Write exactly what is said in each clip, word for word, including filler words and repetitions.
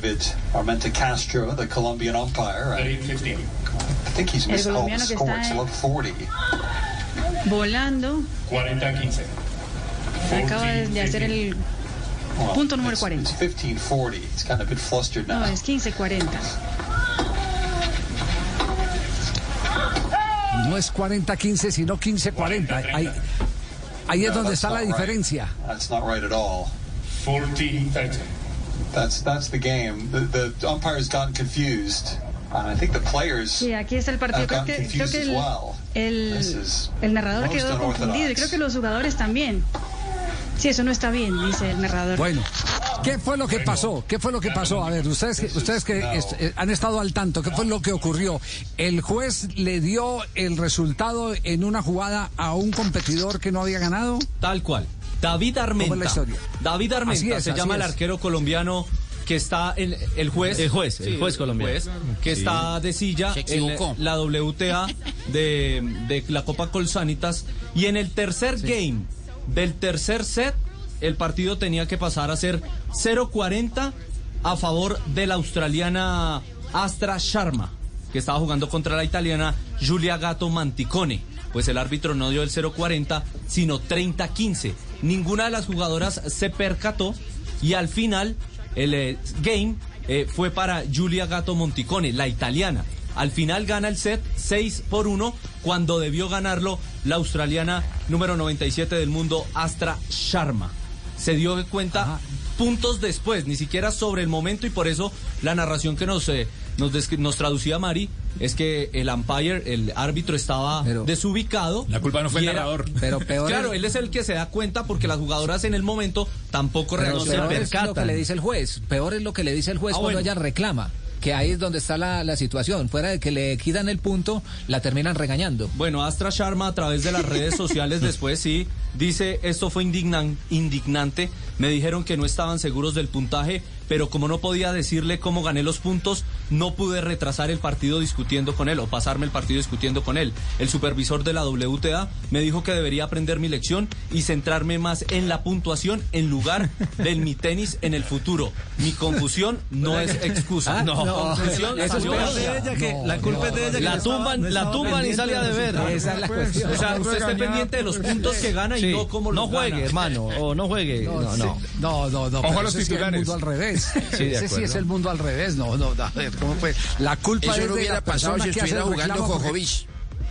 Armenta Castro, the Colombian umpire. I think he's missed all the scores, above forty. Volando. cuarenta quince. Acaba de hacer el punto número cuarenta. It's fifteen forty. It's kind of a bit flustered now. No, es quince cuarenta. No es cuarenta quince, sino quince cuarenta. Ahí, ahí es No, donde that's está la not right. diferencia. That's not right at all. forty thirty. That's that's the game. The, the umpires gotten confused. And I think the players Sí, aquí está el partido. have Creo gotten que, creo confused que as el, well. el, This is el narrador most quedó confundido y creo que los jugadores también. Sí, eso no está bien, dice el narrador. Bueno, ¿qué fue lo que pasó? ¿Qué fue lo que pasó? A ver, ustedes que, ustedes que est- eh, han estado al tanto, ¿qué fue lo que ocurrió? El juez le dio el resultado en una jugada a un competidor que no había ganado. Tal cual. David ¿Cómo es la Armenta. historia? David Armenta Así es, se así llama el es. arquero colombiano que está en el juez. El juez, el juez colombiano. juez, que Sí. está de silla Se en equivocó. la W T A de, de la Copa Colsanitas. Y en el tercer game del tercer set, el partido tenía que pasar a ser cero cuarenta a favor de la australiana Astra Sharma, que estaba jugando contra la italiana Giulia Gatto Manticone. Pues el árbitro no dio el cero cuarenta, sino treinta quince. Ninguna de las jugadoras se percató y al final el eh, game eh, fue para Giulia Gatto Monticone, la italiana. Al final gana el set seis por uno cuando debió ganarlo la australiana número noventa y siete del mundo, Astra Sharma. Se dio cuenta Ajá. puntos después, ni siquiera sobre el momento, y por eso la narración que nos, eh, nos, descri- nos traducía Mari es que el umpire, el árbitro, estaba Pero- desubicado. La culpa no fue y el era- narrador. Pero peor Claro, es, él es el que se da cuenta porque las jugadoras en el momento tampoco pero reaccionan. peor es lo que percatan. le dice el juez. Peor es lo que le dice el juez Ah, cuando bueno. ella reclama. Que ahí es donde está la, la situación. Fuera de que le quitan el punto, la terminan regañando. Bueno, Astra Sharma a través de las redes sociales después sí dice, esto fue indignan- indignante, me dijeron que no estaban seguros del puntaje, pero como no podía decirle cómo gané los puntos, no pude retrasar el partido discutiendo con él o pasarme el partido discutiendo con él. El supervisor de la W T A me dijo que debería aprender mi lección y centrarme más en la puntuación en lugar de mi tenis en el futuro. Mi confusión no es excusa. Ah, no. Confusión La salió culpa es de de ella que No, la culpa es de ella que La no estaba- tumban- no la estaba tumban y pendiente sale a del deber. resultado. Esa es la cuestión. O sea, usted esté pendiente de los puntos que gana y Sí. no cómo No los juegue, gana. hermano, o no juegue. No, no. sí. no, no, no. Ojo pero a los ese sí es el titulares. mundo al revés. Sí, de Ese sí acuerdo. es el mundo al revés. No, no, a ver, ¿cómo fue? La culpa Eso es no de hubiera la pasado persona si que hace estuviera el jugando reclamo porque- Jojovic.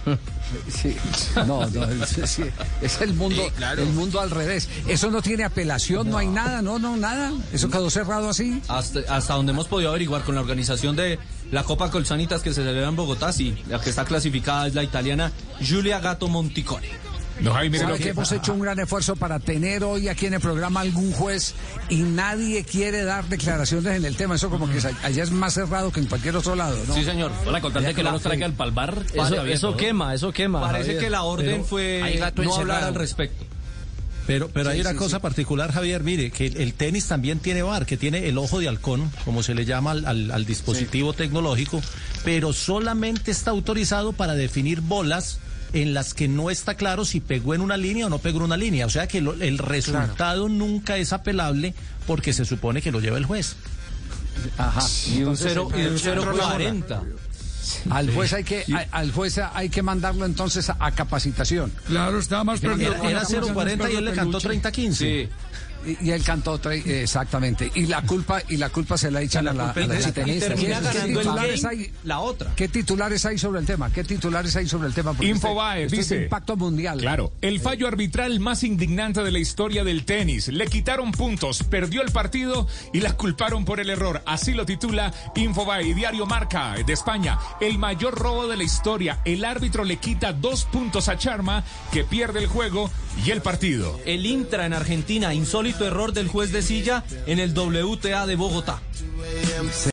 Sí, no, no, es, sí, es el mundo, Sí, claro. el mundo al revés. Eso no tiene apelación, no hay nada, no, no, nada. Eso quedó cerrado así. Hasta, hasta donde hemos podido averiguar con la organización de la Copa Colsanitas que se celebra en Bogotá, sí, la que está clasificada es la italiana Giulia Gatto Monticone. No, Jaime, ¿Sabe lo que que hemos hecho un gran esfuerzo para tener hoy aquí en el programa algún juez y nadie quiere dar declaraciones en el tema? Eso como que es- allá es más cerrado que en cualquier otro lado, ¿no? Sí, señor. Hola, contante Ya que que no la- nos traiga el palbar. Eso- Eso, eso eso quema, eso quema. Parece Javier. que la orden Pero- fue hay gato no hablar encerrado. al respecto. Pero, pero hay Sí, una sí, cosa sí. particular, Javier, mire, que el, el tenis también tiene V A R, que tiene el ojo de halcón, como se le llama al, al- al dispositivo tecnológico, pero solamente está autorizado para definir bolas en las que no está claro si pegó en una línea o no pegó en una línea. O sea que lo- el resultado nunca es apelable porque se supone que lo lleva el juez. Ajá. Y un cero y un cero Entró la cuarenta. Al juez hay que, a- al juez hay que mandarlo entonces a, a capacitación. Claro, estaba más perdido. Era, era cero cuarenta y él le cantó treinta quince. Sí. Y, y él cantó tre- eh, exactamente. Y la culpa, y la culpa se la echan a la, a la Y tenista. termina ¿Qué ganando el titulares game hay? la otra. ¿Qué titulares hay sobre el tema? ¿Qué titulares hay sobre el tema? Porque Infobae este- este es de dice, impacto mundial. Claro, el fallo arbitral más indignante de la historia del tenis. Le quitaron puntos, perdió el partido y la culparon por el error. Así lo titula Infobae y Diario Marca de España. El mayor robo de la historia. El árbitro le quita dos puntos a Sharma, que pierde el juego y el partido. El Intra en Argentina, insólito error del juez de silla en el W T A de Bogotá.